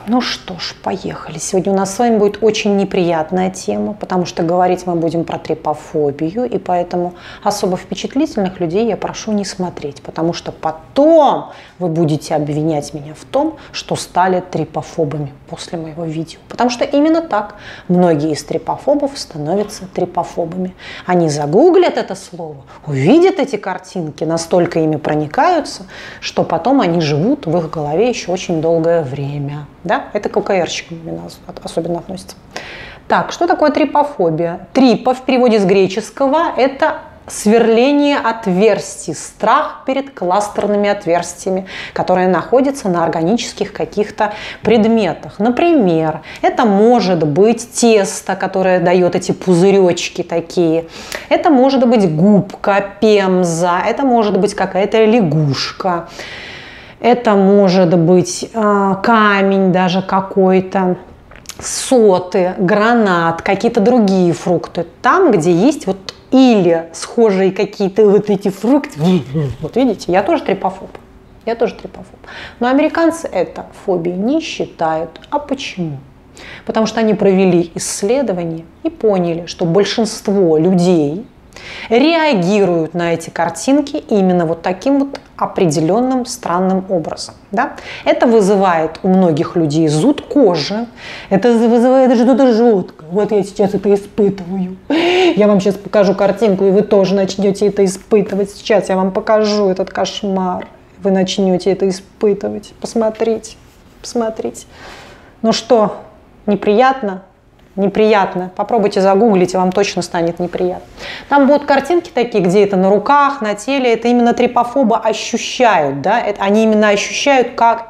Ну что ж, поехали. Сегодня у нас с вами будет очень неприятная тема, потому что говорить мы будем про трипофобию, и поэтому особо впечатлительных людей я прошу не смотреть, потому что потом вы будете обвинять меня в том, что стали трипофобами после моего видео. Потому что именно так многие из трипофобов становятся трипофобами. Они загуглят это слово, увидят эти картинки, настолько ими проникаются, что потом они живут в их голове еще очень долгое время. Да? Это к ОКРщикам особенно относится. Так, что такое трипофобия? Трипа в переводе с греческого – это сверление отверстий, страх перед кластерными отверстиями, которые находятся на органических каких-то предметах. Например, это может быть тесто, которое дает эти пузыречки такие. Это может быть губка, пемза, это может быть какая-то лягушка. Это может быть камень даже какой-то, соты, гранат, какие-то другие фрукты. Там, где есть вот или схожие какие-то вот эти фрукты. Вот видите, я тоже трипофоб. Я тоже трипофоб. Но американцы это фобией не считают. А почему? Потому что они провели исследования и поняли, что большинство людей реагируют на эти картинки именно вот таким вот определенным странным образом. Да? Это вызывает у многих людей зуд кожи, это вызывает что-то жуткое. Вот я сейчас это испытываю. Я вам сейчас покажу картинку, и вы тоже начнете это испытывать. Сейчас я вам покажу этот кошмар. Вы начнете это испытывать. Посмотрите, посмотрите. Ну что, неприятно? Неприятно. Попробуйте загуглить, и вам точно станет неприятно. Там будут картинки такие, где это на руках, на теле. Это именно трипофобы ощущают. Да? Они именно ощущают, как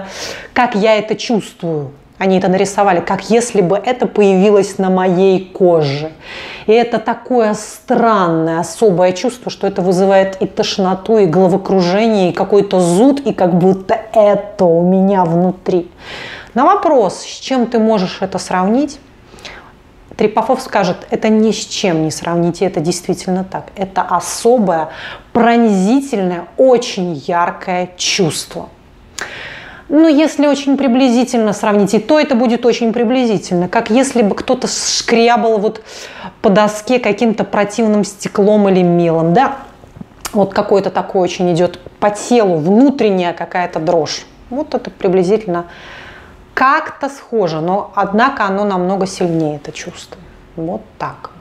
я это чувствую. Они это нарисовали, как если бы это появилось на моей коже. И это такое странное, особое чувство, что это вызывает и тошноту, и головокружение, и какой-то зуд, и как будто это у меня внутри. На вопрос, с чем ты можешь это сравнить, трипофоб скажет, это ни с чем не сравните, это действительно так. Это особое, пронзительное, очень яркое чувство. Ну, если очень приблизительно сравнить, и то это будет очень приблизительно, как если бы кто-то шкрябал вот по доске каким-то противным стеклом или мелом, да? Вот какой-то такой очень идет по телу, внутренняя какая-то дрожь. Вот это приблизительно как-то схоже, но однако оно намного сильнее, это чувство. Вот так.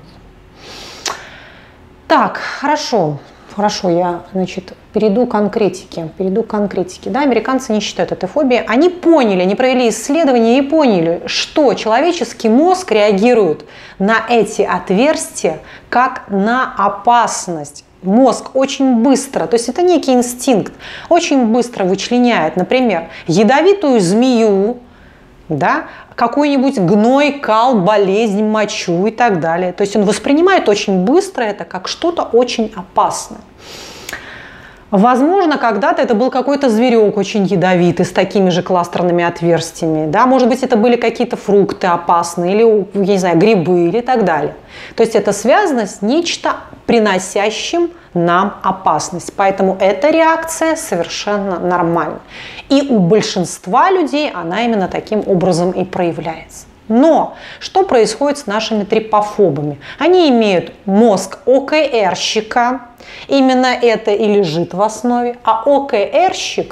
Так, хорошо. Хорошо, я, значит, перейду к конкретике. Да, американцы не считают это фобией. Они поняли, они провели исследования и поняли, что человеческий мозг реагирует на эти отверстия как на опасность. Мозг очень быстро, то есть это некий инстинкт, очень быстро вычленяет, например, ядовитую змею, да, какой-нибудь гной, кал, болезнь, мочу и так далее. То есть он воспринимает очень быстро это как что-то очень опасное. Возможно, когда-то это был какой-то зверек очень ядовитый, с такими же кластерными отверстиями. Да? Может быть, это были какие-то фрукты опасные, или, я не знаю, грибы или так далее. То есть это связано с нечто приносящим нам опасность. Поэтому эта реакция совершенно нормальна. И у большинства людей она именно таким образом и проявляется. Но что происходит с нашими трипофобами? Они имеют мозг ОКРщика, именно это и лежит в основе, а ОКРщик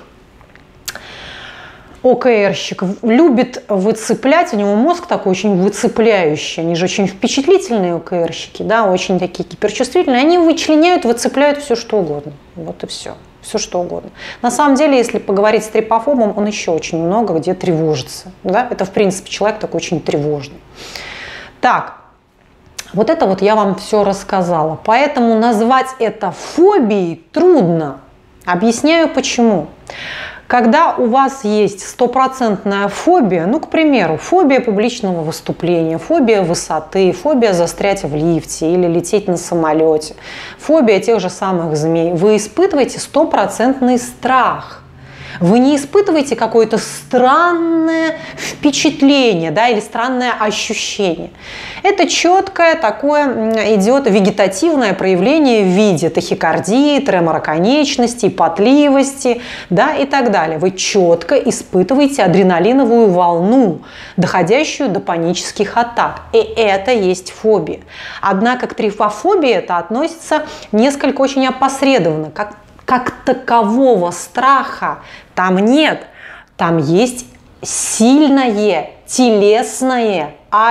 любит выцеплять, у него мозг такой очень выцепляющий, они же очень впечатлительные ОКРщики, да, очень такие гиперчувствительные, они вычленяют, выцепляют все что угодно, вот и все. Все что угодно. На самом деле, если поговорить с трипофобом, он еще очень много где тревожится. Да? Это, в принципе, человек такой очень тревожный. Так, вот это вот я вам все рассказала. Поэтому назвать это фобией трудно. Объясняю почему. Когда у вас есть стопроцентная фобия, ну, к примеру, фобия публичного выступления, фобия высоты, фобия застрять в лифте или лететь на самолете, фобия тех же самых змей, вы испытываете стопроцентный страх. Вы не испытываете какое-то странное впечатление, да, или странное ощущение. Это четкое такое идет вегетативное проявление в виде тахикардии, тремора конечностей, потливости, да, и так далее. Вы четко испытываете адреналиновую волну, доходящую до панических атак. И это есть фобия. Однако к трипофобии это относится несколько очень опосредованно. Как такового страха там нет. Там есть сильное телесное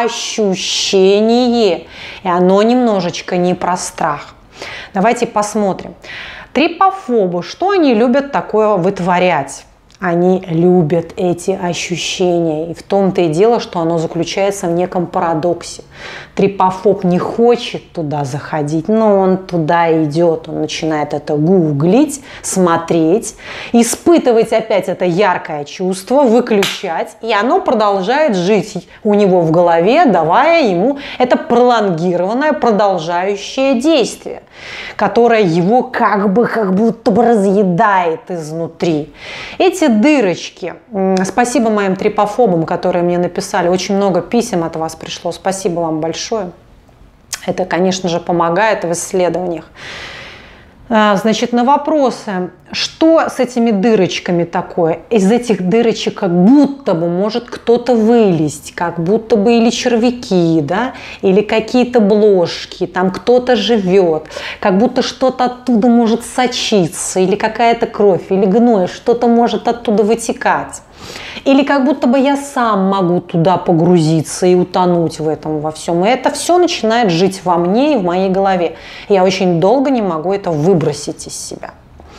ощущение. И оно немножечко не про страх. Давайте посмотрим. Трипофобы, что они любят такое вытворять? Они любят эти ощущения. И в том-то и дело, что оно заключается в неком парадоксе. Трипофоб не хочет туда заходить, но он туда идет. Он начинает это гуглить, смотреть, испытывать опять это яркое чувство, выключать. И оно продолжает жить у него в голове, давая ему это пролонгированное, продолжающее действие, которое его как будто бы разъедает изнутри. Эти дырочки, спасибо моим трипофобам, которые мне написали, очень много писем от вас пришло, спасибо вам большое. Это, конечно же, помогает в исследованиях. Значит, на вопросы, что с этими дырочками такое? Из этих дырочек как будто бы может кто-то вылезть, как будто бы или червяки, да, или какие-то блошки, там кто-то живет, как будто что-то оттуда может сочиться, или какая-то кровь, или гной, что-то может оттуда вытекать. Или как будто бы я сам могу туда погрузиться и утонуть в этом во всем. И это все начинает жить во мне и в моей голове. Я очень долго не могу это выбросить из себя.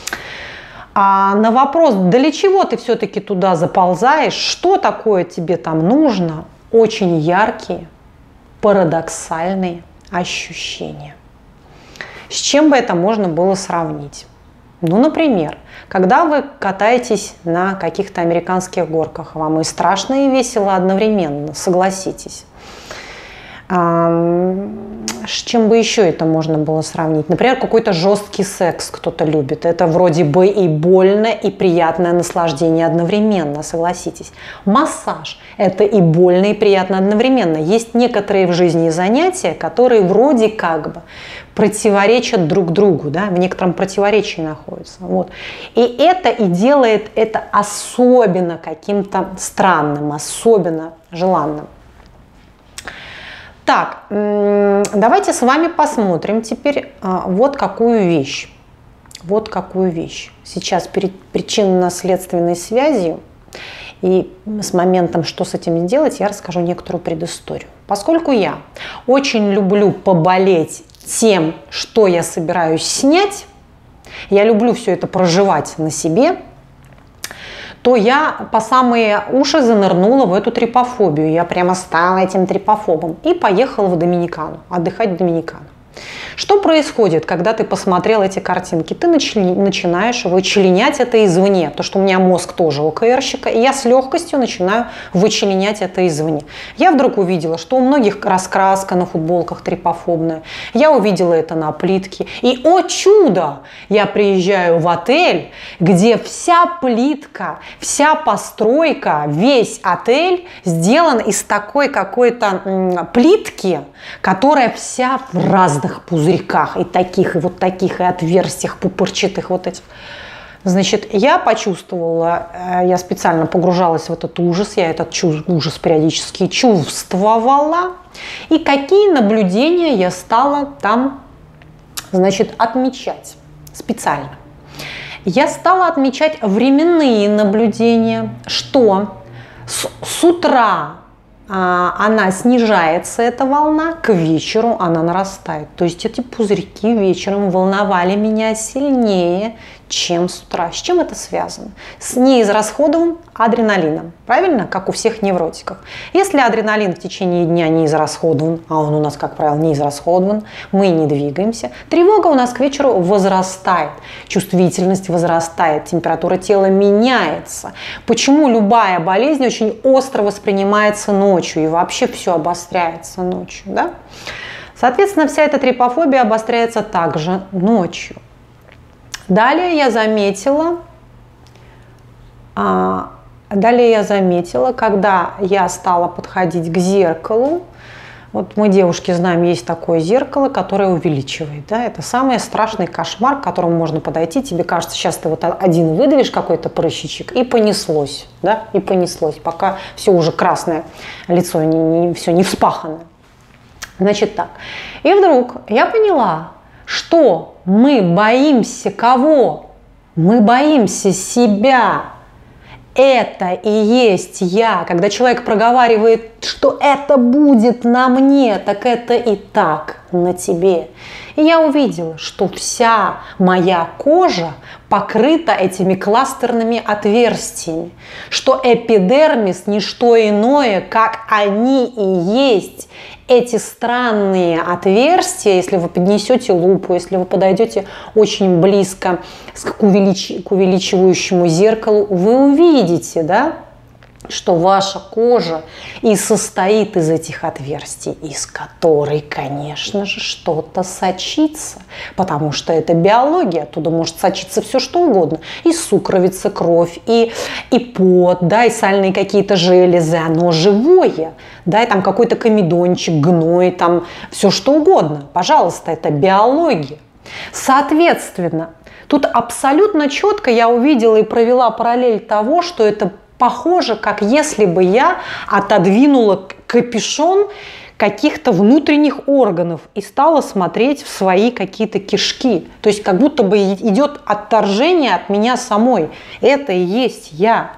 А на вопрос, для чего ты все-таки туда заползаешь, что такое тебе там нужно, очень яркие, парадоксальные ощущения. С чем бы это можно было сравнить? Ну, например, когда вы катаетесь на каких-то американских горках, вам и страшно, и весело одновременно, согласитесь. С чем бы еще это можно было сравнить? Например, какой-то жесткий секс кто-то любит. Это вроде бы и больно, и приятное наслаждение одновременно, согласитесь. Массаж – это и больно, и приятно одновременно. Есть некоторые в жизни занятия, которые вроде как бы противоречат друг другу, да, в некотором противоречии находятся. Вот. И это и делает это особенно каким-то странным, особенно желанным. Так, давайте с вами посмотрим теперь вот какую вещь. Вот какую вещь. Сейчас перед причинно-следственной связью и с моментом, что с этим делать, я расскажу некоторую предысторию. Поскольку я очень люблю поболеть тем, что я собираюсь снять, я люблю все это проживать на себе, то я по самые уши занырнула в эту трипофобию. Я прямо стала этим трипофобом и поехала в Доминикану, отдыхать в Доминикану. Что происходит, когда ты посмотрел эти картинки? Ты начинаешь вычленять это извне, потому что у меня мозг тоже ОКРщика, и я с легкостью начинаю вычленять это извне. Я вдруг увидела, что у многих раскраска на футболках трипофобная. Я увидела это на плитке. И, о чудо, я приезжаю в отель, где вся плитка, вся постройка, весь отель сделан из такой какой-то плитки, которая вся в разных пузырьках, и таких, и вот таких, и отверстиях пупырчатых вот этих. Значит, я почувствовала, я специально погружалась в этот ужас, я этот ужас периодически чувствовала. И какие наблюдения я стала там, значит, отмечать специально. Я стала отмечать временные наблюдения, что с утра она снижается, эта волна, к вечеру она нарастает. То есть эти пузырьки вечером волновали меня сильнее, чем с утра. С чем это связано? С неизрасходованным адреналином. Правильно? Как у всех невротиков. Если адреналин в течение дня не израсходован, а он у нас, как правило, не израсходован, мы не двигаемся, тревога у нас к вечеру возрастает, чувствительность возрастает, температура тела меняется. Почему любая болезнь очень остро воспринимается ночью и вообще все обостряется ночью? Да? Соответственно, вся эта трипофобия обостряется также ночью. Далее я заметила Далее я заметила, когда я стала подходить к зеркалу, вот мы, девушки, знаем, есть такое зеркало, которое увеличивает. Да? Это самый страшный кошмар, к которому можно подойти. Тебе кажется, сейчас ты вот один выдавишь какой-то прыщичек, и понеслось. Да? И понеслось, пока все уже красное лицо, все не вспахано. Значит так. И вдруг я поняла, что мы боимся кого? Мы боимся себя. Это и есть я. Когда человек проговаривает, что это будет на мне, так это и так на тебе. И я увидела, что вся моя кожа покрыта этими кластерными отверстиями, что эпидермис не что иное, как они и есть. Эти странные отверстия, если вы поднесете лупу, если вы подойдете очень близко к увеличивающему зеркалу, вы увидите, да, что ваша кожа и состоит из этих отверстий, из которой, конечно же, что-то сочится, потому что это биология, оттуда может сочиться все что угодно, и сукровица, кровь, и пот, да, и сальные какие-то железы, оно живое, да, и там какой-то комедончик, гной, там все что угодно, пожалуйста, это биология. Соответственно, тут абсолютно четко я увидела и провела параллель того, что это похоже, как если бы я отодвинула капюшон каких-то внутренних органов и стала смотреть в свои какие-то кишки. То есть как будто бы идет отторжение от меня самой. Это и есть я.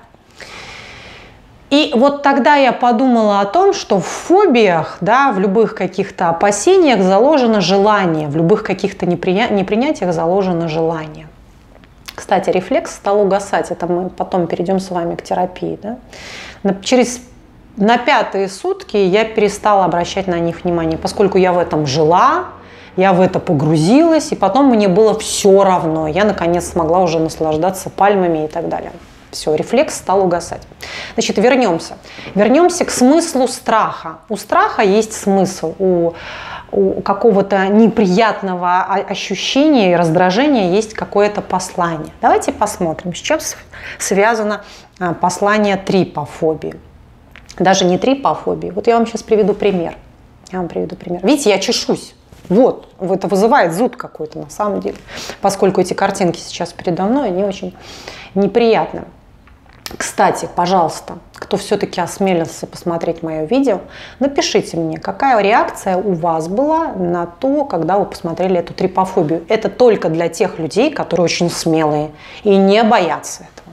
И вот тогда я подумала о том, что в фобиях, да, в любых каких-то опасениях заложено желание, в любых каких-то непринятиях заложено желание. Кстати, рефлекс стал угасать, это мы потом перейдем с вами к терапии. Да? На 5-е сутки я перестала обращать на них внимание, поскольку я в этом жила, я в это погрузилась, и потом мне было все равно. Я, наконец, смогла уже наслаждаться пальмами и так далее. Все, рефлекс стал угасать. Значит, вернемся. Вернемся к смыслу страха. У страха есть смысл, у какого-то неприятного ощущения и раздражения есть какое-то послание. Давайте посмотрим, с чем связано послание трипофобии. Даже не трипофобии. Вот я вам сейчас приведу пример. Видите, я чешусь. Вот, это вызывает зуд какой-то на самом деле, поскольку эти картинки сейчас передо мной, они очень неприятны. Кстати, пожалуйста, кто все-таки осмелился посмотреть мое видео, напишите мне, какая реакция у вас была на то, когда вы посмотрели эту трипофобию. Это только для тех людей, которые очень смелые и не боятся этого.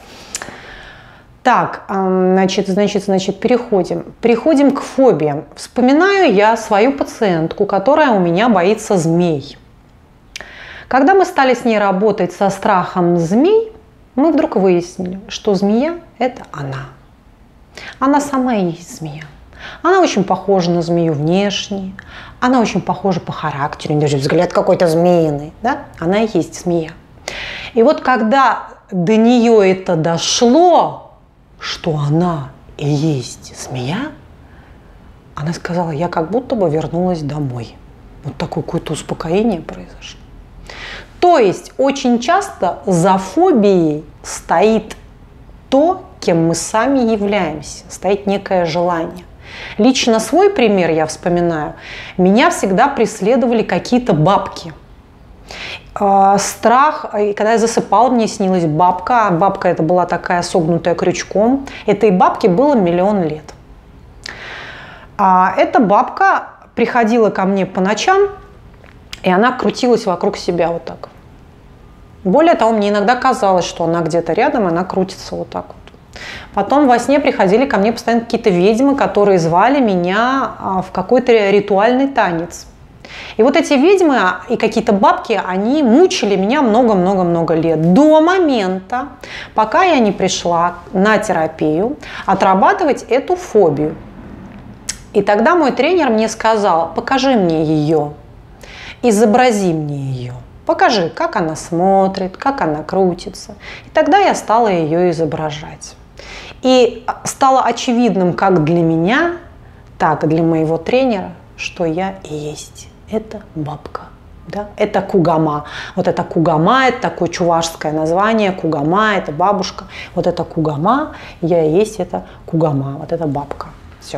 Так, значит, переходим к фобиям. Вспоминаю я свою пациентку, которая у меня боится змей. Когда мы стали с ней работать со страхом змей, мы вдруг выяснили, что змея – это она. Она сама и есть змея. Она очень похожа на змею внешне, она очень похожа по характеру, даже взгляд какой-то змеиный. Да? Она и есть змея. И вот когда до нее это дошло, что она и есть змея, она сказала, я как будто бы вернулась домой. Вот такое какое-то успокоение произошло. То есть очень часто за фобией стоит то, кем мы сами являемся, стоит некое желание. Лично свой пример я вспоминаю. Меня всегда преследовали какие-то бабки. Страх, и когда я засыпала, мне снилась бабка. Бабка эта была такая согнутая крючком. Этой бабке было 1 000 000 лет. Эта бабка приходила ко мне по ночам, и она крутилась вокруг себя вот так. Более того, мне иногда казалось, что она где-то рядом, она крутится вот так вот. Потом во сне приходили ко мне постоянно какие-то ведьмы, которые звали меня в какой-то ритуальный танец. И вот эти ведьмы и какие-то бабки, они мучили меня много-много-много лет. До момента, пока я не пришла на терапию отрабатывать эту фобию. И тогда мой тренер мне сказал, покажи мне ее, изобрази мне ее. Покажи, как она смотрит, как она крутится. И тогда я стала ее изображать. И стало очевидным как для меня, так и для моего тренера, что я и есть эта бабка. Да? Это Кугама. Вот это Кугама, это такое чувашское название. Кугама – это бабушка. Вот это Кугама, я и есть это Кугама, вот это бабка. Все.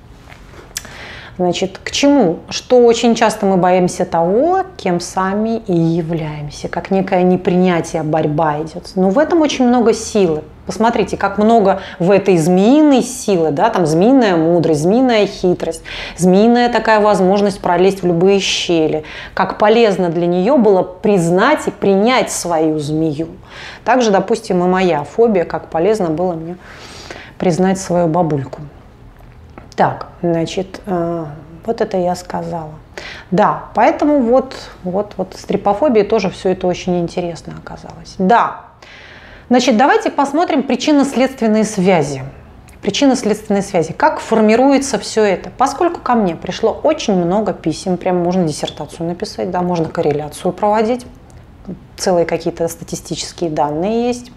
Значит, к чему? Что очень часто мы боимся того, кем сами и являемся, как некое непринятие, борьба идет. Но в этом очень много силы. Посмотрите, как много в этой змеиной силы, да, там змеиная мудрость, змеиная хитрость, змеиная такая возможность пролезть в любые щели. Как полезно для нее было признать и принять свою змею. Также, допустим, и моя фобия, как полезно было мне признать свою бабульку. Так, значит, вот это я сказала. Да, поэтому вот с трипофобией тоже все это очень интересно оказалось. Да, значит, давайте посмотрим причинно-следственные связи. Причинно-следственные связи. Как формируется все это? Поскольку ко мне пришло очень много писем, прям можно диссертацию написать, да, можно корреляцию проводить, целые какие-то статистические данные есть.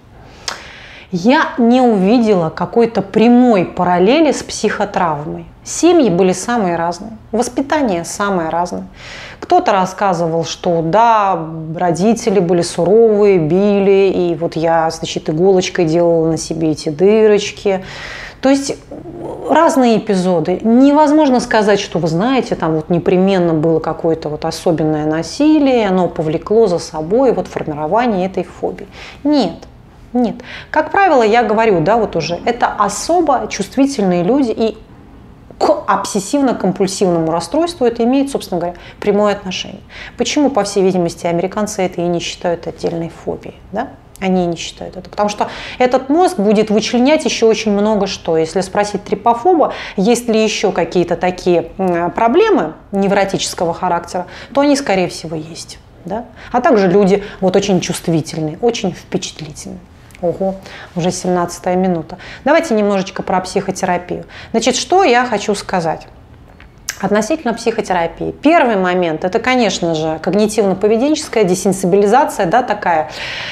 Я не увидела какой-то прямой параллели с психотравмой. Семьи были самые разные, воспитание самое разное. Кто-то рассказывал, что да, родители были суровые, били, и вот я, значит, иголочкой делала на себе эти дырочки. То есть разные эпизоды. Невозможно сказать, что, вы знаете, там вот непременно было какое-то вот особенное насилие, оно повлекло за собой вот формирование этой фобии. Нет. Нет. Как правило, я говорю, да, вот уже, это особо чувствительные люди, и к обсессивно-компульсивному расстройству это имеет, собственно говоря, прямое отношение. Почему, по всей видимости, американцы это и не считают отдельной фобией, да? Они не считают это, потому что этот мозг будет вычленять еще очень много что. Если спросить трипофоба, есть ли еще какие-то такие проблемы невротического характера, то они, скорее всего, есть. Да? А также люди вот очень чувствительные, очень впечатлительные. Ого, уже 17-я минута. Давайте немножечко про психотерапию. Значит, что я хочу сказать относительно психотерапии. Первый момент – это, конечно же, когнитивно-поведенческая десенсибилизация, да, такая.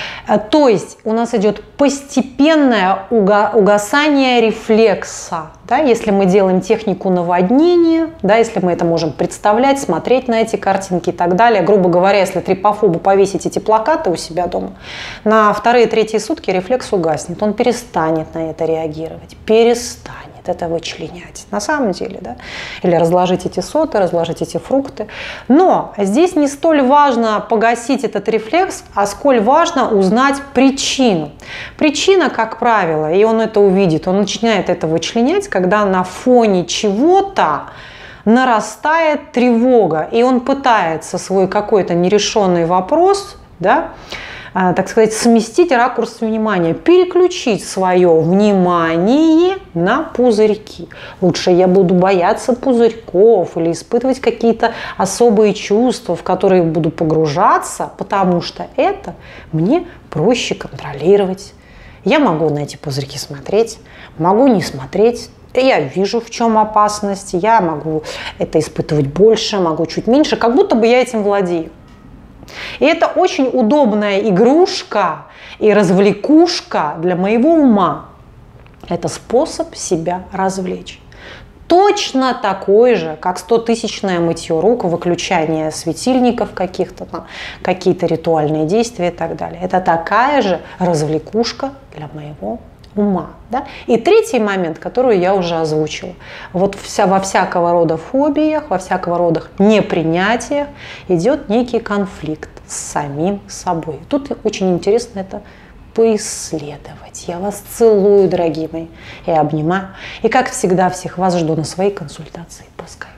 То есть у нас идет постепенное угасание рефлекса. Да, если мы делаем технику наводнения, да, если мы это можем представлять, смотреть на эти картинки и так далее. Грубо говоря, если трипофобу повесить эти плакаты у себя дома, на вторые-третьи сутки рефлекс угаснет, он перестанет на это реагировать, перестанет это вычленять. На самом деле, да? Или разложить эти соты, разложить эти фрукты. Но здесь не столь важно погасить этот рефлекс, а сколь важно узнать причину. Причина, как правило, и он это увидит, он начинает это вычленять, когда на фоне чего-то нарастает тревога, и он пытается свой какой-то нерешенный вопрос, да, так сказать, сместить ракурс внимания, переключить свое внимание на пузырьки. Лучше я буду бояться пузырьков или испытывать какие-то особые чувства, в которые буду погружаться, потому что это мне проще контролировать. Я могу на эти пузырьки смотреть, могу не смотреть. Я вижу, в чем опасность, я могу это испытывать больше, могу чуть меньше, как будто бы я этим владею. И это очень удобная игрушка и развлекушка для моего ума. Это способ себя развлечь. Точно такой же, как 100-тысячное мытье рук, выключание светильников каких-то там, какие-то ритуальные действия и так далее. Это такая же развлекушка для моего ума. Да? И третий момент, который я уже озвучила. Вот во всякого рода фобиях, во всякого рода непринятиях идет некий конфликт с самим собой. Тут очень интересно это поисследовать. Я вас целую, дорогие мои, и обнимаю. И как всегда, всех вас жду на своей консультации по скайпу.